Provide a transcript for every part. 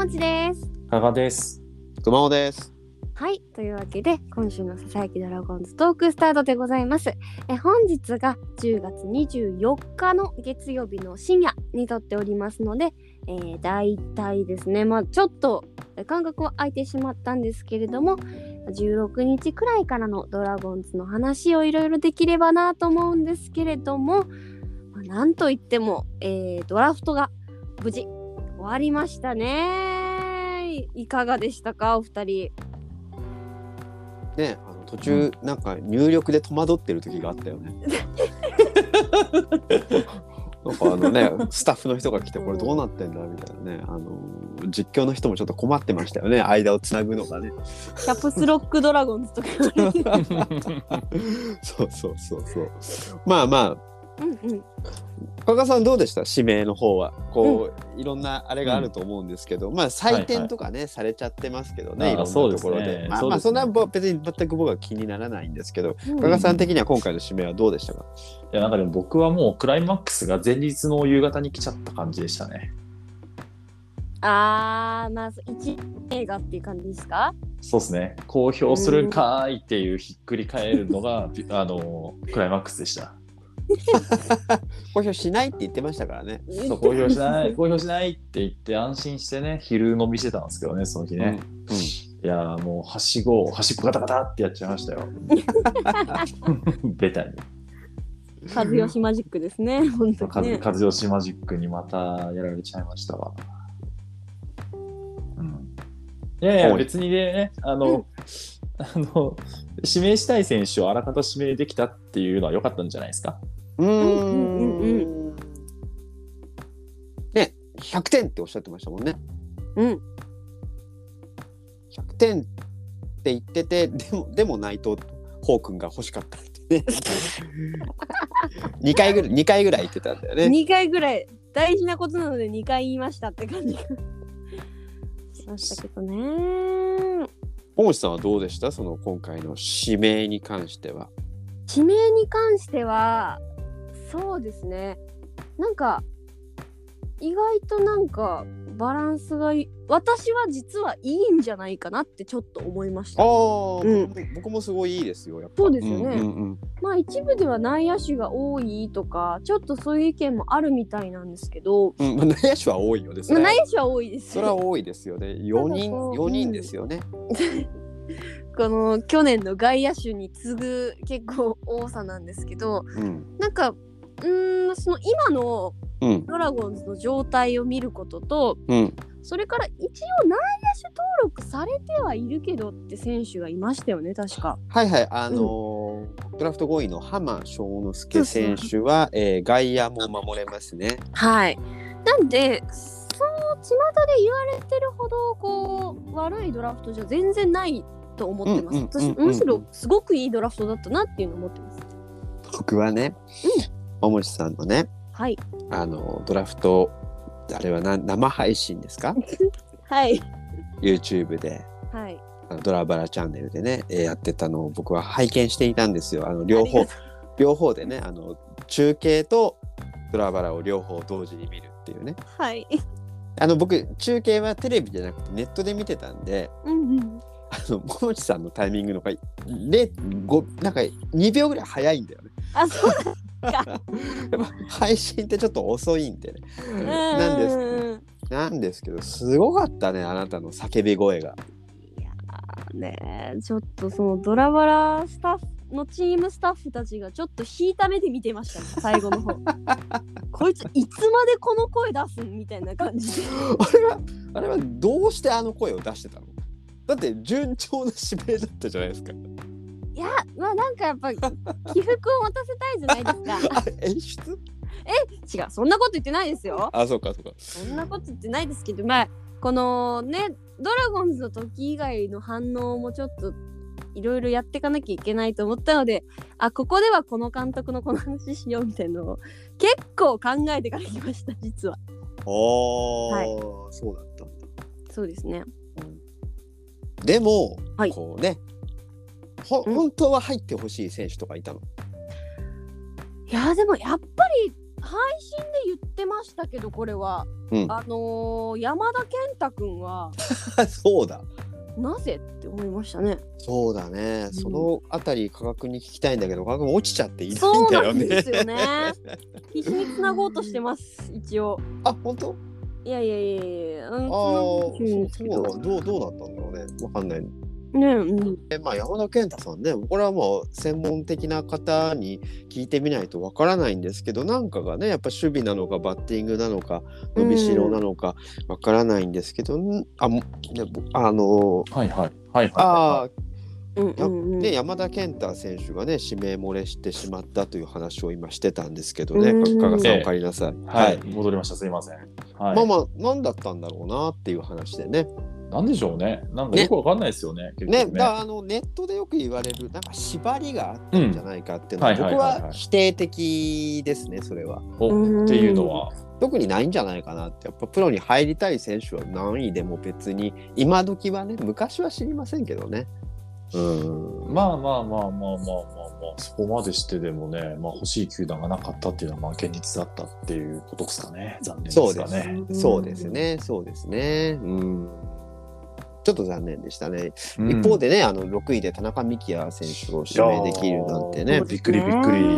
ちです。 加賀です。 熊尾です。 はい、というわけで今週のささやきドラゴンズトークスタートでございます。本日が10月24日の月曜日の深夜に撮っておりますので、だいたいですね、ちょっと間隔は空いてしまったんですけれども、16日くらいからのドラゴンズの話をいろいろできればなと思うんですけれども、なんといっても、ドラフトが無事終わりましたね。いかがでしたか、お二人。 ね、途中、なんか入力で戸惑ってる時があったよね。なんかスタッフの人が来てこれどうなってんだみたいなね、実況の人もちょっと困ってましたよね、間をつなぐのがね。 キャプスロックドラゴンズとかそうまあ加賀さんどうでした、指名の方は。いろんなあれがあると思うんですけど、採点とかね、されちゃってますけどね、いろんなところで。そんな別に全く僕は気にならないんですけど、加賀さん的には今回の指名はどうでしたか？ いや、なんかでも僕はもうクライマックスが前日の夕方に来ちゃった感じでしたね。 1映画っていう感じですか？ そうですね。公表するんかーいっていうひっくり返るのがクライマックスでした。 公表しないって言ってましたからね。 そう、公表しないって言って安心してね、昼飲みしてたんですけどね、その日ね。いやもうはしごガタガタってやっちゃいましたよ。ベタに。 和義マジックですね、本当にね。 和義マジックにまたやられちゃいましたわ。いや別にね、指名したい選手をあらかた指名できたっていうのは良かったんじゃないですか。 ね、100点っておっしゃってましたもんね。100点って言ってて、でも内藤ホー君が欲しかったってね。2回ぐらい言ってたんだよね。 2回ぐらい大事なことなので2回言いましたって感じがしましたけどね。 大内さんはどうでした、その今回の指名に関しては。 指名に関してはそうですね、なんか意外となんかバランスが私は実はいいんじゃないかなってちょっと思いました。 僕もすごいいいですよ、やっぱ。 そうですよね。一部では内野手が多いとかちょっとそういう意見もあるみたいなんですけど、 内野手は多いよね。 内野手は多いです。 それは多いですよね。4人ですよね。 この去年の外野手に次ぐ結構多さなんですけど、なんかその今のドラゴンズの状態を見ることと、それから一応内野手登録されてはいるけどって選手がいましたよね、確か。 ドラフト5位の浜翔之介選手は外野も守れますね。 はい。なんでその巷で言われてるほど悪いドラフトじゃ全然ないと思ってます。私むしろすごくいいドラフトだったなっていうのを思ってます。 僕はね、大森さんのね、ドラフトあれは生配信ですか？ はい。 YouTube で、ドラバラチャンネルでね、やってたのを僕は拝見していたんですよ。両方でね、中継とドラバラを両方同時に見るっていうね。僕中継はテレビじゃなくてネットで見てたんで、桃地さんのタイミングのがなんか2秒ぐらい早いんだよね。 そうなんかやっぱ配信ってちょっと遅いんでね。なんですけど、すごかったね、あなたの叫び声が。 いやね、ちょっとそのドラバラスタッフのチームスタッフたちがちょっと引いた目で見てましたね、最後の方。こいついつまでこの声出すんみたいな感じで。 あれはどうしてあの声を出してたの？だって順調な指名だったじゃないですか。 いや、なんかやっぱ起伏を持たせたいじゃないですか。 演出？ 違う、そんなこと言ってないですよ。 そうか。 そんなこと言ってないですけど、このね、ドラゴンズの時以外の反応もちょっといろいろやっていかなきゃいけないと思ったので、ここではこの監督のこの話しようみたいなのを結構考えてから来ました、実は。 そうだったんだ。 そうですね。 でも、こうね、本当は入ってほしい選手とかいたの？ いやでもやっぱり配信で言ってってましたけどこれは、 うん、 山田健太くんはそうだなぜって思いましたね。 そうだね、うん、そのあたり価格に聞きたいんだけど価格落ちちゃっていないんそうだよね。 なんですよね。必死につなごうとしてます一応。 あ本当？ いやそうどうだったんだろうね、わかんないね。 まあ、山田健太さんね、これはもう専門的な方に聞いてみないとわからないんですけど、なんかがねやっぱ守備なのかバッティングなのか伸びしろなのかわからないんですけど、山田健太選手がね指名漏れしてしまったという話を今してたんですけどね、加賀さんお帰りなさい。 はい、戻りました、すいません。はい、 まあ何だったんだろうなっていう話でね。 なんでしょうね。なんかよくわかんないですよね。 ね、ネットでよく言われるなんか縛りがあったんじゃないかっていうのは、僕は否定的ですね、それは。 っていうのは特にないんじゃないかなって。やっぱプロに入りたい選手は何位でも別に今時はね、昔は知りませんけどね。 まあそこまでしてでもね、まあ、欲しい球団がなかったっていうのはまあ現実だったっていうことですかね。残念ですかね。 そうですね。ちょっと残念でしたね。一方でね、6位で田中幹也選手を指名できるなんてね。 びっくり。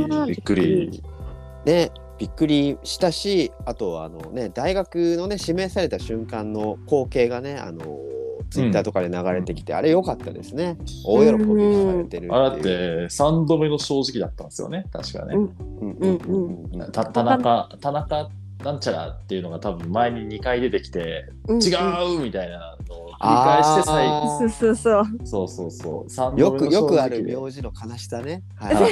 ね、びっくりしたし、あとは大学のね指名された瞬間の光景がね、ツイッターとかで流れてきて、あれ良かったですね。大喜びされてるっていう。 あれって3度目の正直だったんですよね、確かね。田中なんちゃらっていうのが多分前に2回出てきて、違うみたいなのを繰り返して最後。そうよくある名字の悲しさね。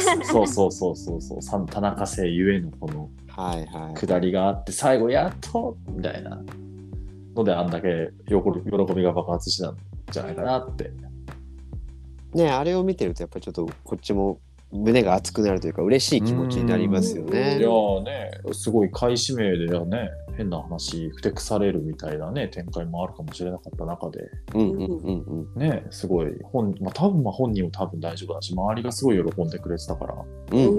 そう田中姓ゆえのこの下りがあって最後やっとみたいなのであんだけ喜びが爆発したんじゃないかなってね。あれを見てるとやっぱりちょっとこっちも胸が熱くなるというか嬉しい気持ちになりますよね。 いやね、すごい買い指名でね、変な話ふてくされるみたいなね展開もあるかもしれなかった中で、ね、すごい多分本人も多分大丈夫だし、周りがすごい喜んでくれてたから、ま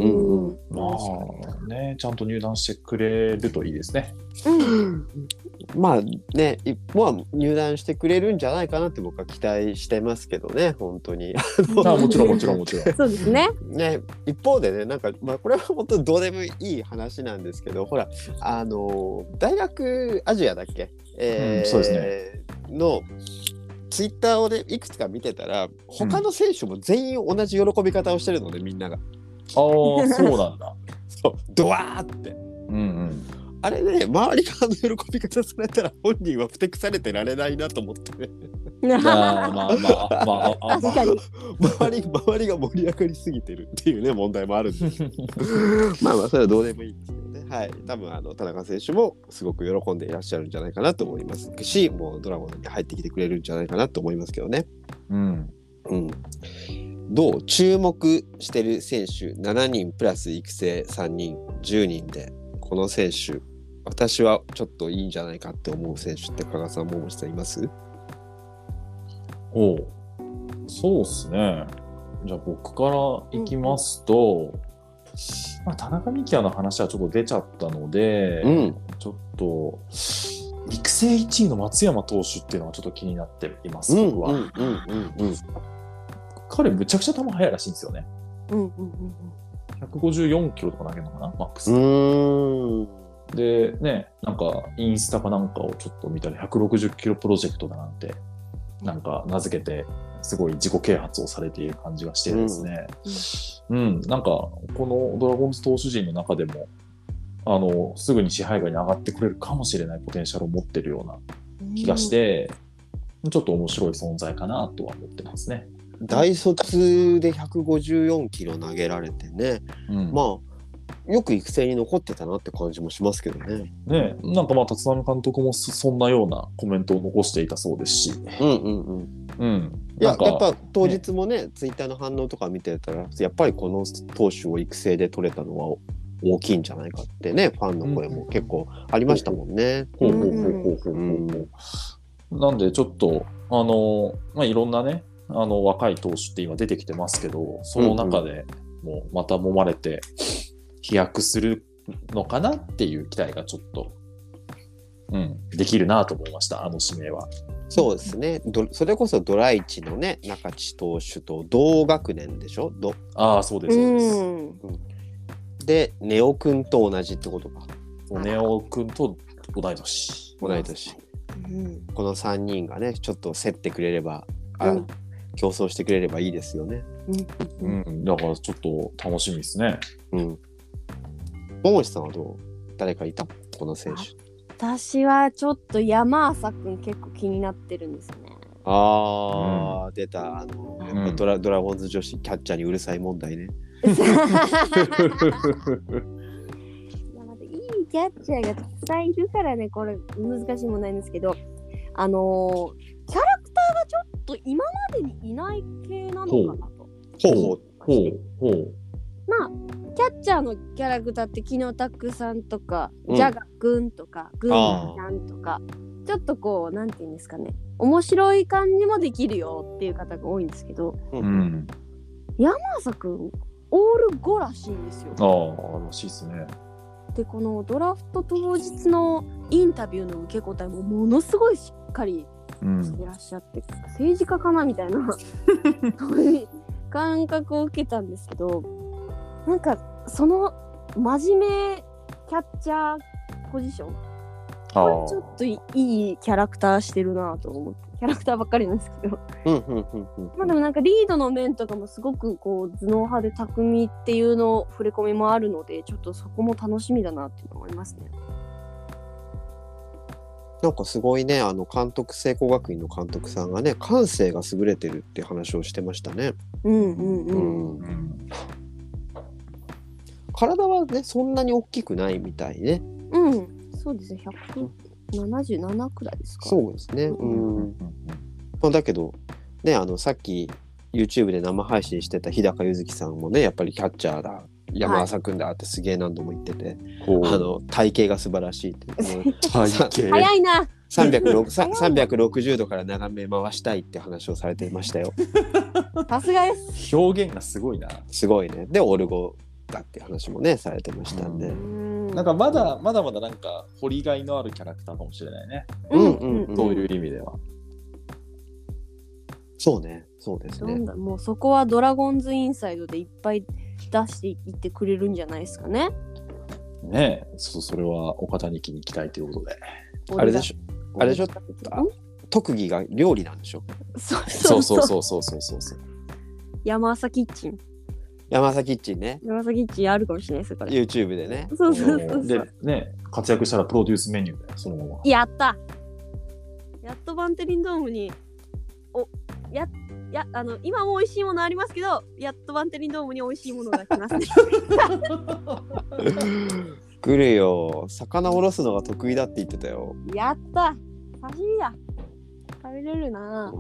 あね、ちゃんと入団してくれるといいですね。 まあね、入団してくれるんじゃないかなって僕は期待してますけどね、本当に。 もちろん。 そうですね。 ね、一方でね、なんかこれは本当どうでもいい話なんですけど、ほら大学アジアだっけ、 そうですね。 のツイッターをねいくつか見てたら、他の選手も全員同じ喜び方をしてるので、みんなが。 そうなんだ。 そうドワーって。あれね、周りが喜び方されたら本人はふてくされてられないなと思ってね。 確かに周りが盛り上がりすぎてるっていうね問題もあるんでまあそれはどうでもいいんですけどね。はい、多分田中選手もすごく喜んでいらっしゃるんじゃないかなと思いますし、もうドラゴンに入ってきてくれるんじゃないかなと思いますけどね。どう注目してる選手7人プラス育成3人10人で、この選手私はちょっといいんじゃないかって思う選手って加賀さん、桃地さんいます？ そうですね。じゃあ僕からいきますと、田中幹也の話はちょっと出ちゃったので、ちょっと育成1位の松山投手っていうのはちょっと気になっています、僕は。彼むちゃくちゃ球速いらしいんですよね。154キロとか投げるのかな、マックス。でね、なんかインスタかなんかをちょっと見たら160キロプロジェクトだなんてなんか名付けてすごい自己啓発をされている感じがしてですね、なんかこのドラゴンズ投手陣の中でもすぐに支配下に上がってくれるかもしれないポテンシャルを持ってるような気がして、ちょっと面白い存在かなとは思ってますね。 大卒で154キロ投げられてね、まあよく育成に残ってたなって感じもしますけどね。 なんか立浪監督もそんなようなコメントを残していたそうですし、やっぱ当日もねツイッターの反応とか見てたら、やっぱりこの投手を育成で取れたのは大きいんじゃないかってね、ファンの声も結構ありましたもんね。なんでちょっといろんなね若い投手って今出てきてますけど、その中でもうまた揉まれて飛躍するのかなっていう期待がちょっと、できるなと思いました、あの指名は。 そうですね。それこそドライチのね、中地投手と同学年でしょ。 そうですそうです。 で、ネオくんと同じってことか。 ネオくんと同い年。 この3人がね、ちょっと競ってくれれば、競争してくれればいいですよね。 だからちょっと楽しみですね。 桃地さんはどう？誰かいた？この選手。 私はちょっと山浅くん結構気になってるんですよね。 出た。ドラゴンズ女子キャッチャーにうるさい問題ね。 いいキャッチャーがたくさんいるからね、これ難しいもんないんですけど、キャラクターがちょっと今までにいない系なのかなと。まあキャッチャーのキャラクターって木野拓さんとか、ジャガくんとかグンちゃんとか、ちょっとこうなんていうんですかね、面白い感じもできるよっていう方が多いんですけど、山浅くんオール5らしいんですよ。 らしいですね。 でこのドラフト当日のインタビューの受け答えもものすごいしっかりしてらっしゃって、政治家かなみたいなそういう感覚を受けたんですけど、なんかその真面目キャッチャーポジション、これちょっといいキャラクターしてるなと思って、キャラクターばっかりなんですけどまあでもなんかリードの面とかもすごくこう頭脳派で巧みっていうの触れ込みもあるので、ちょっとそこも楽しみだなって思いますね。 なんかすごいね、監督、聖光学院の監督さんがね、感性が優れてるって話をしてましたね。体はね、そんなに大きくないみたいね。 そうですね、177くらいですか。 そうですね。だけどね、さっき YouTube で生配信してた日高柚月さんもね、やっぱりキャッチャーだ、山浅くんだってすげえ何度も言ってて、体型が素晴らしいって早いな。 360度から眺め回したいって話をされていましたよ。 さすがです。 表現がすごいな。 すごいね。でオルゴだって話もねされてましたんで、 なんかまだまだなんか掘りがいのあるキャラクターかもしれないね。そういう意味では。 そうね、そうですね。 もうそこはドラゴンズインサイドでいっぱい出していってくれるんじゃないですかね。 ねえ、それは岡谷家に期待ということで。 あれでしょ、特技が料理なんでしょ。 そう。 山浅キッチン。 山浅キッチンね。 山浅キッチンあるかもしれないですよ、これ。 YouTube でね。 そう。 でね、活躍したらプロデュースメニューでそのまま。 やった。やっとバンテリンドームに今も美味しいものありますけど、やっとバンテリンドームに美味しいものが来ますね。 来るよ。魚おろすのが得意だって言ってたよ。 やった。刺身だ。食べれるな。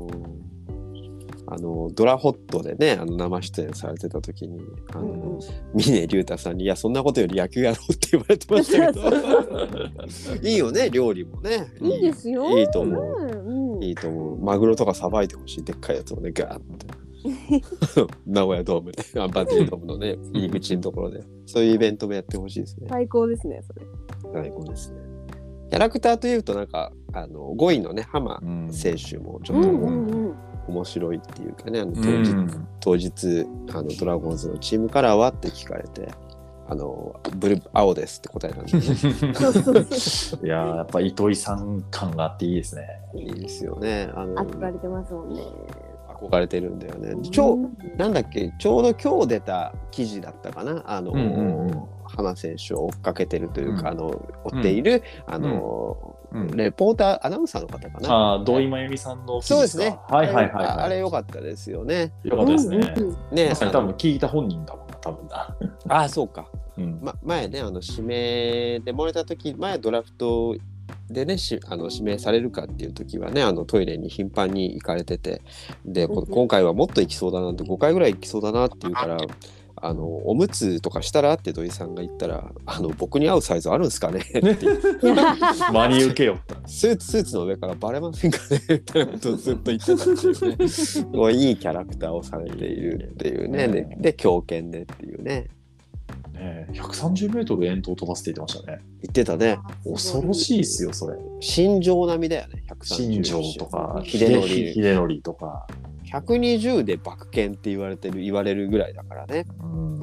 ドラホットでね、生出演されてた時に峰竜太さんに「いやそんなことより野球やろう」って言われてましたけどいいよね、料理もね。 いいですよ。 いいと思う、いいと思う。マグロとかさばいてほしい。でっかいやつをねガーッて名古屋ドームでバンテリンドームのね入り口のところでそういうイベントもやってほしいですね。 最高ですね、それ。 最高ですね。キャラクターというとなんか5位のね浜選手もちょっと面白いっていうかね、当日ドラゴンズのチームカラーはって聞かれて青ですって答えたんで、 いややっぱ糸井さん感があっていいですね。 いいですよね。 憧れてますもんね。 憧れてるんだよね。なんだっけ、ちょうど今日出た記事だったかな、花選手を追っかけてるというか、追っているレポーターアナウンサーの方かな。 土井真由美さんの。 そうですね。 あれ良かったですよね。 良かったですね。 ね、 多分聞いた本人だもんな、多分だ。 そうか。前ね指名で漏れた時、前ドラフトでね指名されるかっていう時はねトイレに頻繁に行かれてて、で今回はもっと行きそうだなって5回ぐらい行きそうだなって言うからおむつとかしたらって土井さんが言ったら僕に合うサイズあるんですかねって真に受けよスーツの上からバレませんかねみたいなことをずっと言ってたっていうねすごいいいキャラクターをされているっていうね。で狂犬でっていうね。 130メートル遠投飛ばせて言ってましたね。 言ってたね。 恐ろしいですよ、それ。 新庄並みだよね、 新庄とか、 秀則とか。 120でバク転って言われるぐらいだからね。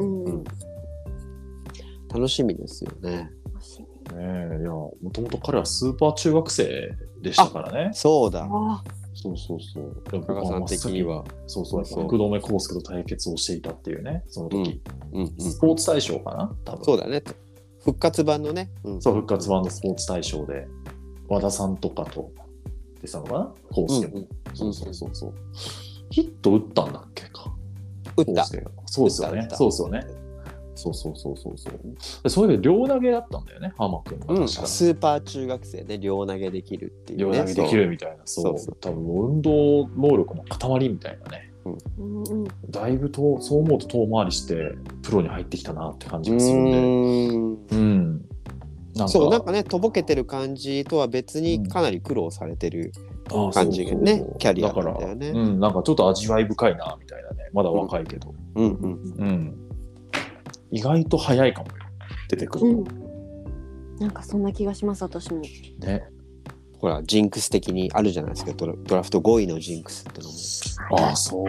楽しみですよね。 いや、もともと彼はスーパー中学生でしたからね。 そうだ。 そう。 加賀さん的には。 そう。福留孝介と対決をしていたっていうね、その時。スポーツ大賞かな多分。 そうだね。復活版のね。 そう、復活版のスポーツ大賞で、和田さんとかと出たのかな孝介も。そう。ヒット打ったんだっけか。 打った。 そうですよね。そう。それで両投げだったんだよね、浜君が。 スーパー中学生で両投げできるっていうね。 両投げできるみたいな。そう。多分運動能力の塊みたいなね。だいぶそう思うと遠回りしてプロに入ってきたなって感じがするんで。 そう、なんかね、とぼけてる感じとは別にかなり苦労されてる感じがね、キャリアなんだよね。 なんかちょっと味わい深いなみたいなね。まだ若いけど。意外と早いかもよ、出てくる。 なんかそんな気がします、私も。 ね。 ほら、ジンクス的にあるじゃないですか、ドラフト5位のジンクスってのも。 そう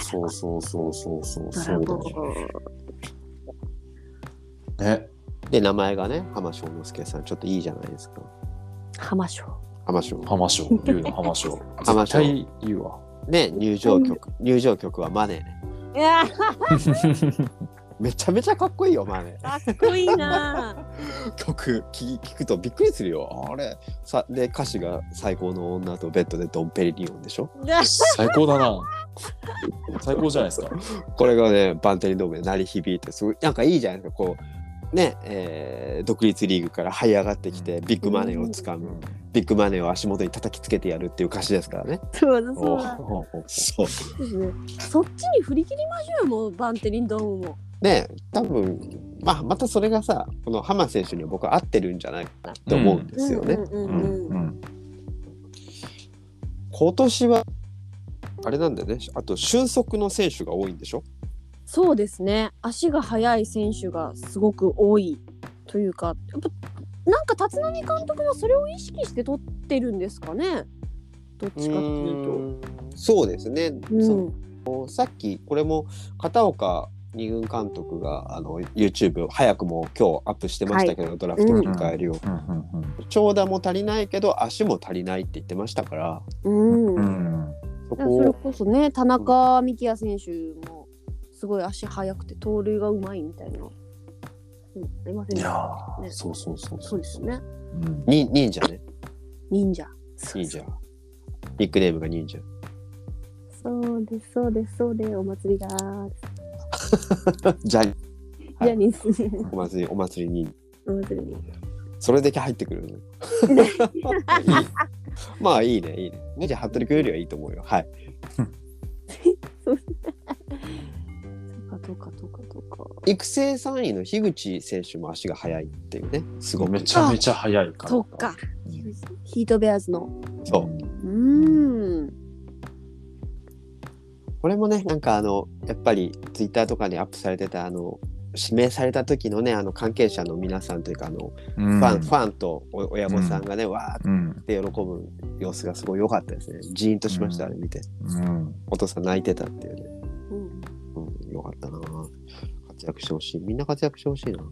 だ。ね。 で、名前がね、浜翔之介さん、ちょっといいじゃないですか。 浜翔。 言うの浜翔。 浜翔。 絶対言うわ。 ね、入場曲はマネーね。めちゃめちゃかっこいいよ、マネ。 かっこいいな。 曲聞くとびっくりするよ。あれで歌詞が最高の女とベッドでドンペリリオンでしょ。 最高だな。最高じゃないですか。 これがね、バンテリンドームで鳴り響いて、すごいなんかいいじゃないですか。こうね、独立リーグから這い上がってきてビッグマネーをつかむ、ビッグマネーを足元に叩きつけてやるっていう歌詞ですからね。 そうそっちに振り切りましょうよ、もうバンテリンドームも。 ね、多分またそれがさ、この浜選手には僕は合ってるんじゃないかなって思うんですよね。今年はあれなんだよね、あと俊足の選手が多いんでしょ。 そうですね、足が速い選手がすごく多いというか、やっぱなんか立浪監督もそれを意識して取ってるんですかね、どっちかっていうと。 そうですね、さっきこれも片岡二軍監督がYouTube 早くも今日アップしてましたけど、ドラフト振り返りを、長打も足りないけど足も足りないって言ってましたから、 それこそね、田中幹也選手もすごい足速くて盗塁がうまいみたいな、ありませんでしたね。そうですね。 忍者ね。 忍者。 ニックネームが忍者。 そうです、お祭りだー。 ジャニーズ。 お祭りに。それだけ入ってくるの。まあいいね。じゃあ服部君よりはいいと思うよ。はい。 そうか。 育成3位の樋口選手も足が速いっていうね。すごいめちゃめちゃ速いから。 そっか。ヒートベアーズの。 そう。これもね、なんかやっぱりツイッターとかにアップされてた指名された時のね、関係者の皆さんというかファンと親御さんがね、わーって喜ぶ様子がすごい良かったですね。ジーンとしました、あれ見て。お父さん泣いてたっていうね。よかったな。活躍してほしい。みんな活躍してほしいな。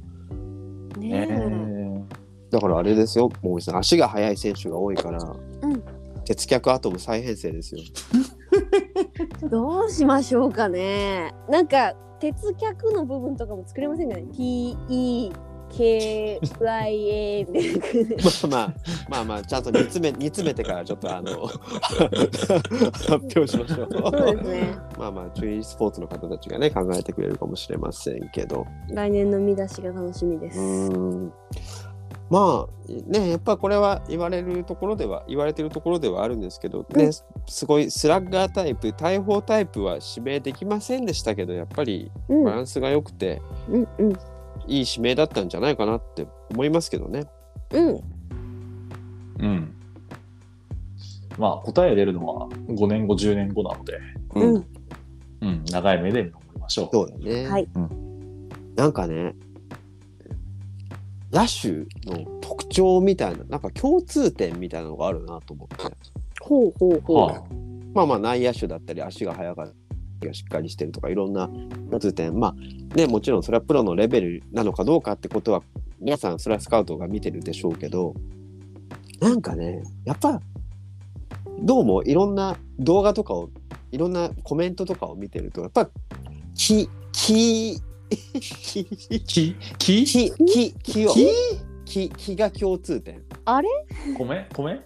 だからあれですよ、もうさん、足が速い選手が多いから、鉄脚アトム再編成ですよ。 どうしましょうかね。なんか鉄脚の部分とかも作れませんかね。TEKYA みたいな。 まあちゃんと煮詰めてからちょっと発表しましょう。 そうですね。 まあチュイスポーツの方たちがね考えてくれるかもしれませんけど、 来年の見出しが楽しみです。 まあね、やっぱこれは言われてるところではあるんですけどね、すごいスラッガータイプ、大砲タイプは指名できませんでしたけど、やっぱりバランスが良くて、いい指名だったんじゃないかなって思いますけどね。 まあ答え出るのは5年後10年後なので、長い目で見守りましょう。 そうだね。なんかね、 野手の特徴みたいな、なんか共通点みたいなのがあるなと思って。 ほうほうほう。 はまあ内野手だったり足が速かったりがしっかりしてるとかいろんな共通点、まあね、もちろんそれはプロのレベルなのかどうかってことは皆さんそれはスカウトが見てるでしょうけど、なんかねやっぱどうもいろんな動画とかをいろんなコメントとかを見てるとやっぱ気が共通点。 あれ？ 米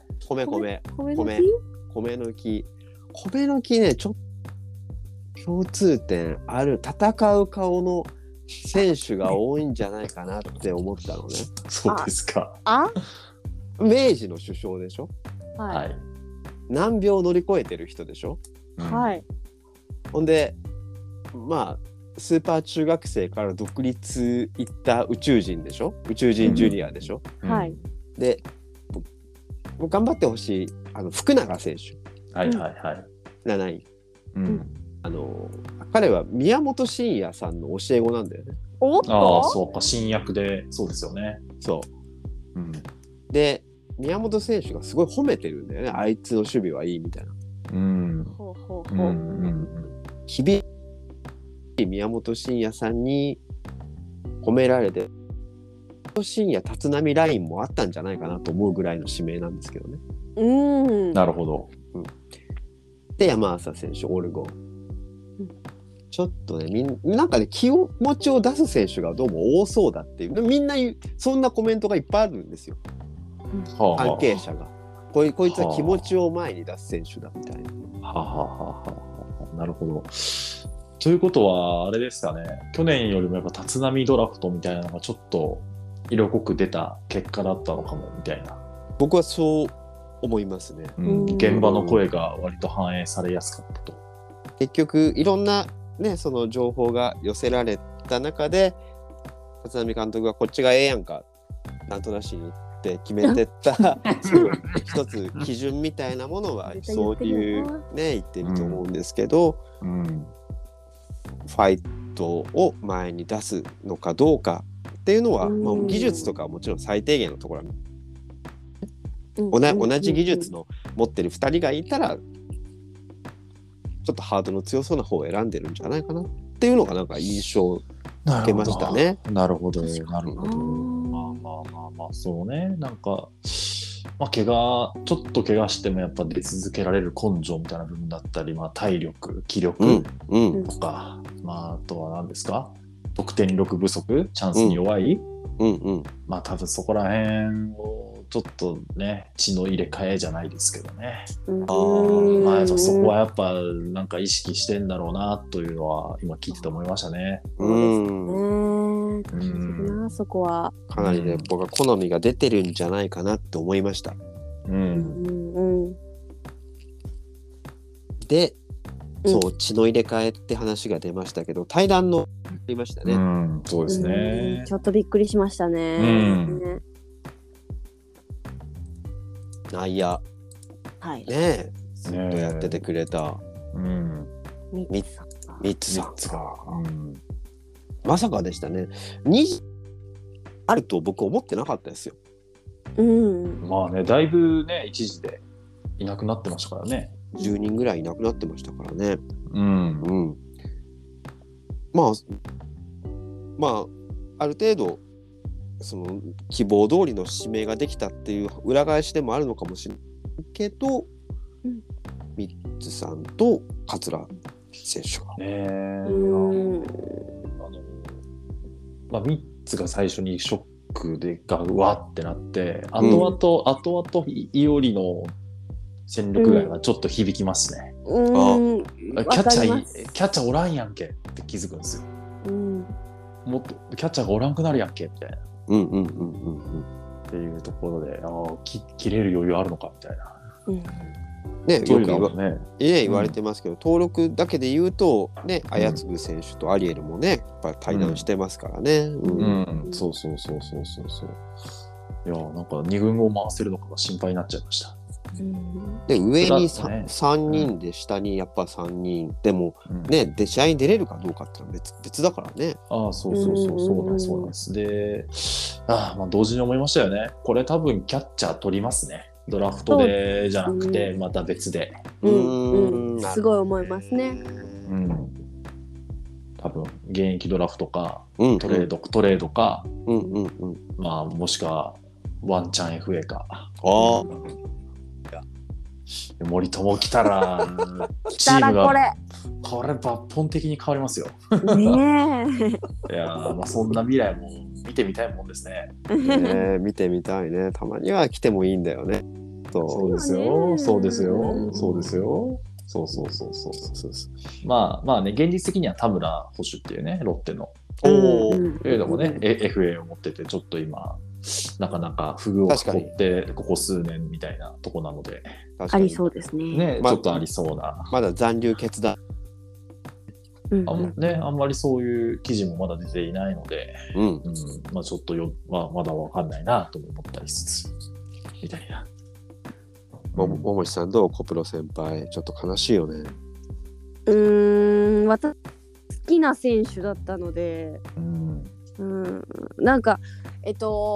の木ね、ちょっと共通点ある。戦う顔の選手が多いんじゃないかなって思ったのね。 そうですか。 明治の首相でしょ。 はい。 難病を乗り越えてる人でしょ。 はい。 ほんでまあスーパー中学生から独立行った宇宙人でしょ。宇宙人ジュニアでしょ。 はい。 で頑張ってほしい福永選手。 はいはいはい。 7位。彼は宮本慎也さんの教え子なんだよね。 おっと。 そうか、新役でそうですよね。 そう。で宮本選手がすごい褒めてるんだよね。あいつの守備はいいみたいな。響い宮本慎也さんに褒められて、深夜立浪ラインもあったんじゃないかなと思うぐらいの指名なんですけどね。 なるほど。 で山浅選手オルゴ、ちょっとねなんかね気持ちを出す選手がどうも多そうだっていう、みんなそんなコメントがいっぱいあるんですよ、関係者が。こいつは気持ちを前に出す選手だみたいな。 なるほど。ということはあれですかね、去年よりもやっぱ立浪ドラフトみたいなのがちょっと色濃く出た結果だったのかもみたいな。 僕はそう思いますね。 現場の声が割と反映されやすかったと。 結局いろんなねその情報が寄せられた中で立浪監督がこっちがええやんかなんとなしにって決めてった一つ基準みたいなものはそういうね言ってると思うんですけど、ファイトを前に出すのかどうかっていうのは、技術とかはもちろん最低限のところは、同じ技術の持ってる2人がいたらちょっとハードの強そうな方を選んでるんじゃないかなっていうのがなんか印象を受けましたね。 なるほど。まあそうね、なんか、ちょっと怪我してもやっぱ出続けられる根性みたいな部分だったり、体力気力とか、あとは何ですか、得点力不足、チャンスに弱い、多分そこら辺をちょっとね血の入れ替えじゃないですけどね、やっぱそこはやっぱなんか意識してんだろうなというのは今聞いてて思いましたね。 そこはかなりね、僕は好みが出てるんじゃないかなって思いました。で、そう血の入れ替えって話が出ましたけど、対談のありましたね。 そうですね。 ちょっとびっくりしましたね。 内野、ねずっとやっててくれたミッツさんが、まさかでしたね。2あると僕思ってなかったですよ。 だいぶね一時でいなくなってましたからね。 10人ぐらいいなくなってましたからね。ある程度その希望通りの指名ができたっていう裏返しでもあるのかもしれないけど、ミッツさんと桂選手がミッツが最初にショックでうわってなって、後々イオリの戦力外がちょっと響きますね。キャッチャーおらんやんけって気づくんですよ。もっとキャッチャーがおらんくなるやんけみたいな。っていうところで、切れる余裕あるのかみたいな。よく言われてますけど、登録だけで言うとね、綾継選手とアリエルもね、やっぱり対談してますからね。そう。いやなんか2軍を回せるのかが心配になっちゃいました。 で上にね、 3人で下にやっぱ3人でもね、で試合に出れるかどうかってのは別だからね。 ああ、そうなんです。で、まあ同時に思いましたよね。これ多分キャッチャー取りますね。ドラフトでじゃなくてまた別で。 すごい思いますね。 多分現役ドラフトか、トレードか、まあもしくはワンチャン FA か。森友来たらチームがこれ抜本的に変わりますよ。 ねえ。いやまあそんな未来も見てみたいもんですね。 見てみたいね。たまには来てもいいんだよね。 そうですよ。そう。まあね、現実的には田村捕手っていうね、ロッテの。けれどもね、FA を持ってて、ちょっと今、なかなか不遇を起こって、ここ数年みたいなとこなので。 ありそうですね。 ね、ちょっとありそうな。 まだ残留決断。 あんまりそういう記事もまだ出ていないので、まあちょっとまだわかんないなと思ったりしつつ、みたいな。 桃地さんどう？コプロ先輩、ちょっと悲しいよね。 私好きな選手だったので、なんかミ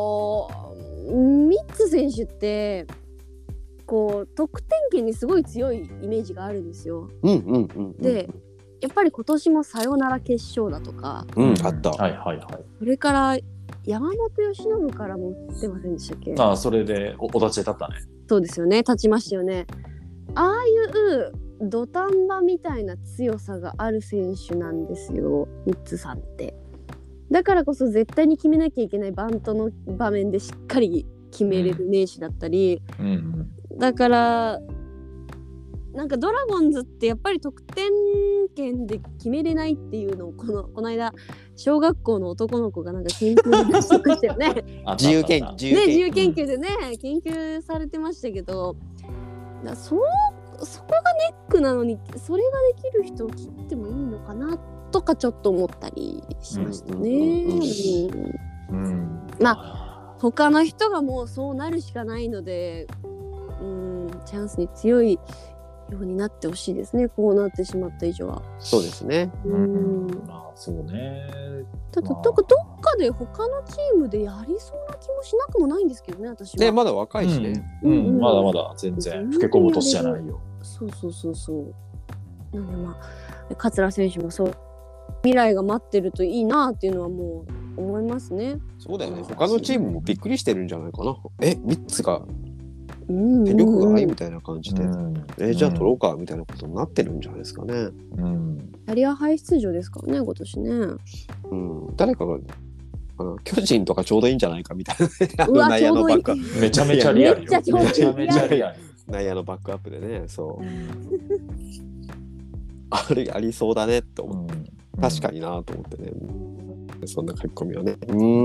ッツ選手ってこう得点圏にすごい強いイメージがあるんですよ。でやっぱり今年もサヨナラ決勝だとか、 あった。 それから山本由伸からも出ませんでしたっけ？ それでお立ちで立ったね。 そうですよね、立ちましたよね。ああいう土壇場みたいな強さがある選手なんですよ、ミッツさんって。だからこそ絶対に決めなきゃいけないバントの場面でしっかり決めれる名手だったり、だからなんかドラゴンズってやっぱり得点圏で決めれないっていうのをこの間小学校の男の子がなんか研究で出してましたよね。 自由研究でね、研究されてましたけど、そこがネックなのにそれができる人を切ってもいいのかなとかちょっと思ったりしましたね。まあ他の人がもうそうなるしかないので、チャンスに強いようになってほしいですね。こうなってしまった以上は。 そうですね。 まあそうね。 ただどっかで他のチームでやりそうな気もしなくもないんですけどね、私は。 まだ若いしね。 まだまだ全然老け込む年じゃないよ。 そう。なのでまあ桂選手もそう未来が待ってるといいなっていうのはもう思いますね。 そうだよね。他のチームもびっくりしてるんじゃないかな。ミッツが手力がいいみたいな感じで、じゃあ取ろうかみたいなことになってるんじゃないですかね。 キャリアハイ出場ですからね、今年ね。 誰かが巨人とかちょうどいいんじゃないかみたいな、 内野のバックアップめちゃめちゃリアルよ。めちゃめちゃリアル。 内野のバックアップでね、そうありそうだねって思って、確かになと思ってね、そんな書き込みはね。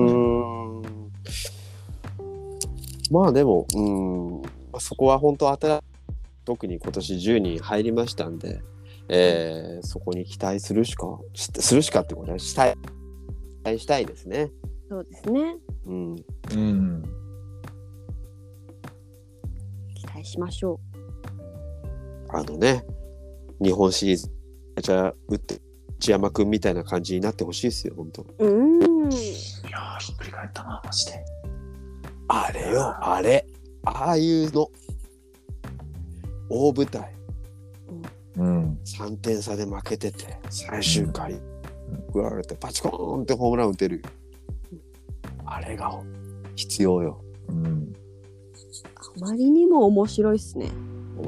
まあでもそこは本当特に今年10人入りましたんで、そこに期待するしかってことは期待したいですね。 そうですね。期待しましょう。日本シリーズじゃあ打って内山くんみたいな感じになってほしいですよ、本当。 いやーひっくり返ったなマジで。 ああいうの大舞台、3点差で負けてて最終回振られてパチコーンってホームラン打てる、あれが必要よ。 あまりにも面白いっすね。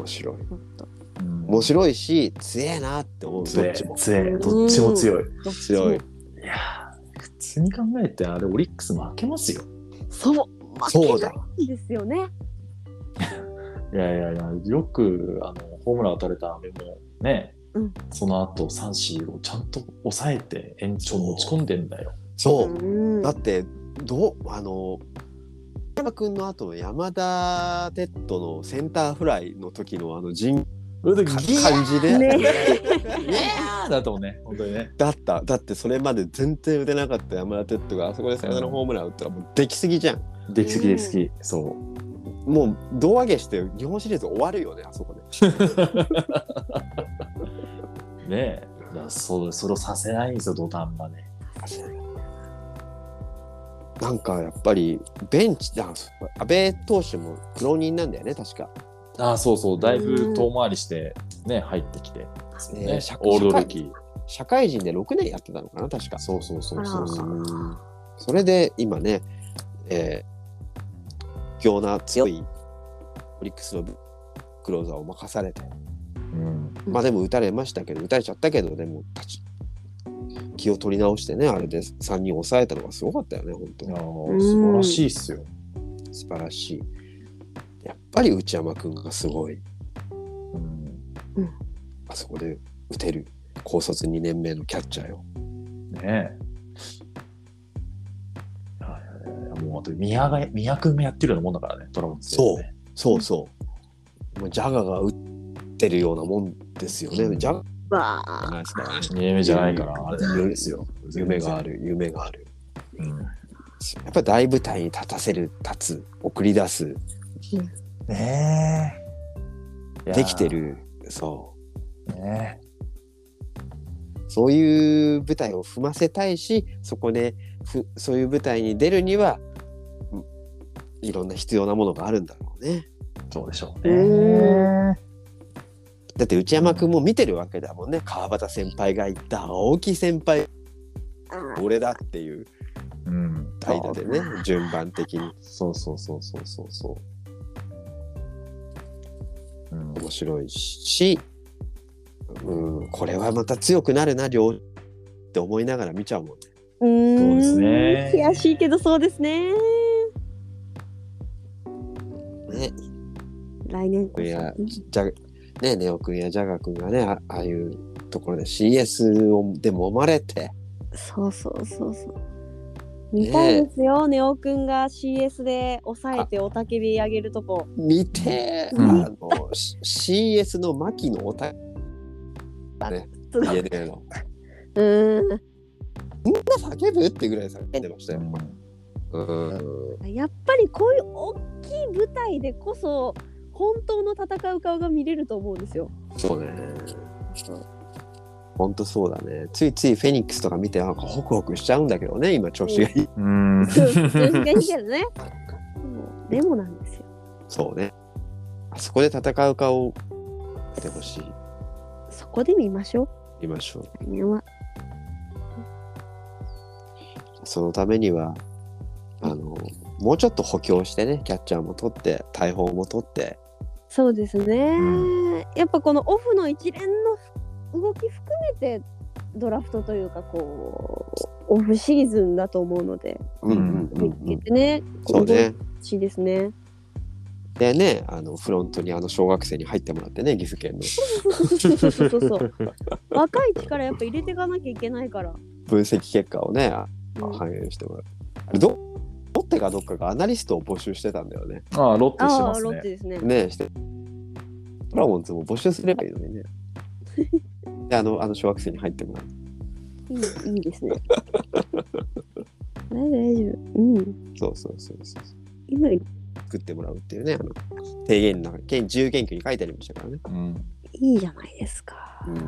面白いし強えなって思う。どっちも強い。 いや普通に考えてあれオリックス負けますよ。 そうだですよね。 いやよくホームラン打たれた阿部もね、その後3、4をちゃんと抑えて延長持ち込んでんだよ。 だって山君の後の山田哲人のセンターフライの時の感じでだとね、本当にね。 だってそれまで全然打てなかった山田哲人があそこでサヨナラホームラン打ったらもう出来すぎじゃん。 出来すぎそう。 もう胴上げして日本シリーズ終わるよね、あそこで。 ねえ、だからそれをさせないんですよ、土壇場で。 なんかやっぱりベンチだ、阿部投手も苦労人なんだよね、確か。 ああ、そうそう、だいぶ遠回りしてね、入ってきて、ね、オールドルーキー。 社会人で6年やってたのかな、確か。 そうそうそうそう。 それで今ね、強な強いオリックスのクローザーを任されて、まあでも打たれちゃったけど、でも気を取り直してね、あれで3人抑えたのがすごかったよね、本当に。 素晴らしいっすよ。 素晴らしい。やっぱり内山くんがすごい。あそこで打てる高卒2年目のキャッチャーよ。 ねえ。もうあと宮君もやってるようなもんだからね、ドラゴンズ、ね。そう。ジャガが打ってるようなもんですよね。ジャガ2年目じゃないから、あれですよ。 夢がある。やっぱり大舞台に立つ、送り出す。 ねえ。できてる。そう。 ねえ。 そういう舞台を踏ませたいし、そこでそういう舞台に出るにはいろんな必要なものがあるんだろうね。 そうでしょうね。 だって内山君も見てるわけだもんね。川端先輩が言った青木先輩俺だっていう態度でね、順番的に。そう。面白いし、これはまた強くなるな両って思いながら見ちゃうもんね。 そうですね。 悔しいけどそうですね。来年こそネオくんやジャガくんがね、ああいうところで CS をでも生まれて。 そう。見たいですよ、ネオくんが CS で抑えて雄たけび上げるとこ。 見て、CS の牧の雄たけびね、DNA の。みんな叫ぶってぐらい叫んでましたよ。 やっぱりこういう大きい舞台でこそ本当の戦う顔が見れると思うんですよ。 そうね。本当そうだね。ついついフェニックスとか見てなんかホクホクしちゃうんだけどね、今調子がいい。 調子がいいけどね。でもなんですよ。 そうね。あそこで戦う顔を見てほしい。 そこで見ましょう。来年は。 そのためにはもうちょっと補強してね、キャッチャーも取って大砲も取って。 そうですね、やっぱこのオフの一連の動き含めてドラフトというかこうオフシーズンだと思うので、ね、 そうね、 しいですね。 でね、フロントに小学生に入ってもらってね、岐阜県の。 そう若い力やっぱ入れていかなきゃいけないから。 分析結果をね、反映してもらう。ロッテかどっかがアナリストを募集してたんだよね。 ああ、ロッテしてますね。 ロッテですね。 ね、して。ドラゴンズも募集すればいいのにね。で、小学生に入ってもらう。 いいですね。大丈夫。 そう。 今作ってもらうっていうね、提言の中に自由研究に書いてありましたからね。 いいじゃないですか。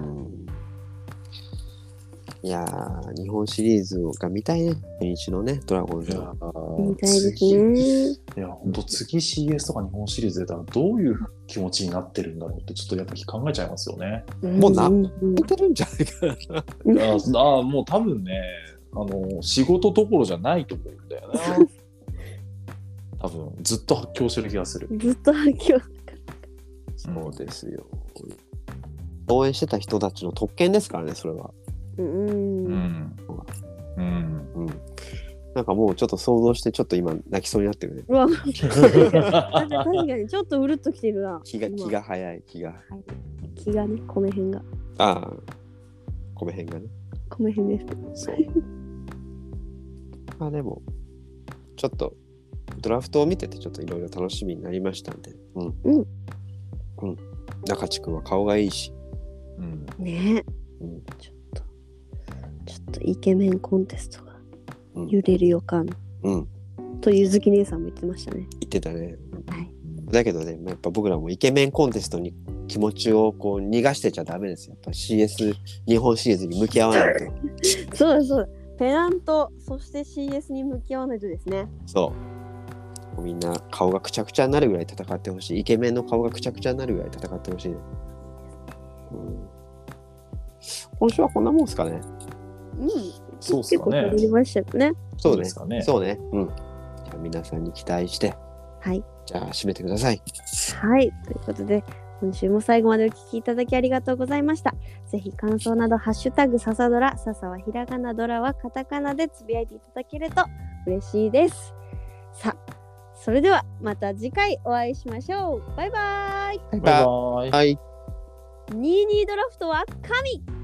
いやー、日本シリーズが見たいね、日のね、ドラゴンズは。 見たいですね。 いや、本当次 CS とか日本シリーズ出たらどういう気持ちになってるんだろうってちょっとやっぱり考えちゃいますよね。 もう見てるんじゃないかな。 もう多分ね、仕事どころじゃないと思うんだよな。多分ずっと発狂してる気がする。 ずっと発狂。 そうですよ。応援してた人たちの特権ですからね、それは。なんかもうちょっと想像してちょっと今泣きそうになってるね。 うわ確かにちょっとうるっときてるな。 気が早い。 気がね、米編が。 ああ、米編がね。 米編です。 そう。まあでもちょっとドラフトを見ててちょっといろいろ楽しみになりましたんで。中地君は顔がいいし。 ねえ。ちょっとイケメンコンテストが揺れる予感、というずき姉さんも言ってましたね。 言ってたね。 だけどね、やっぱ僕らもイケメンコンテストに気持ちをこう逃がしてちゃダメですよ。やっぱ CS 日本シリーズに向き合わないと。 そうだそうだ。ペナント、そして CS に向き合わないとですね。 そう。みんな顔がくちゃくちゃになるぐらい戦ってほしい。イケメンの顔がくちゃくちゃになるぐらい戦ってほしい、今週はこんなもんすかね。 そうっすかね。 結構取りましたね。 そうね。 ですかね。 そうね。じゃあ皆さんに期待して。 はい。 じゃあ締めてください。 はい。ということで、今週も最後までお聞きいただきありがとうございました。ぜひ感想など、ハッシュタグささドラ、ささはひらがな、ドラはカタカナでつぶやいていただけると嬉しいです。さあ、それではまた次回お会いしましょう。バイバーイ。 バイバイ。 はい。 22ドラフトは神。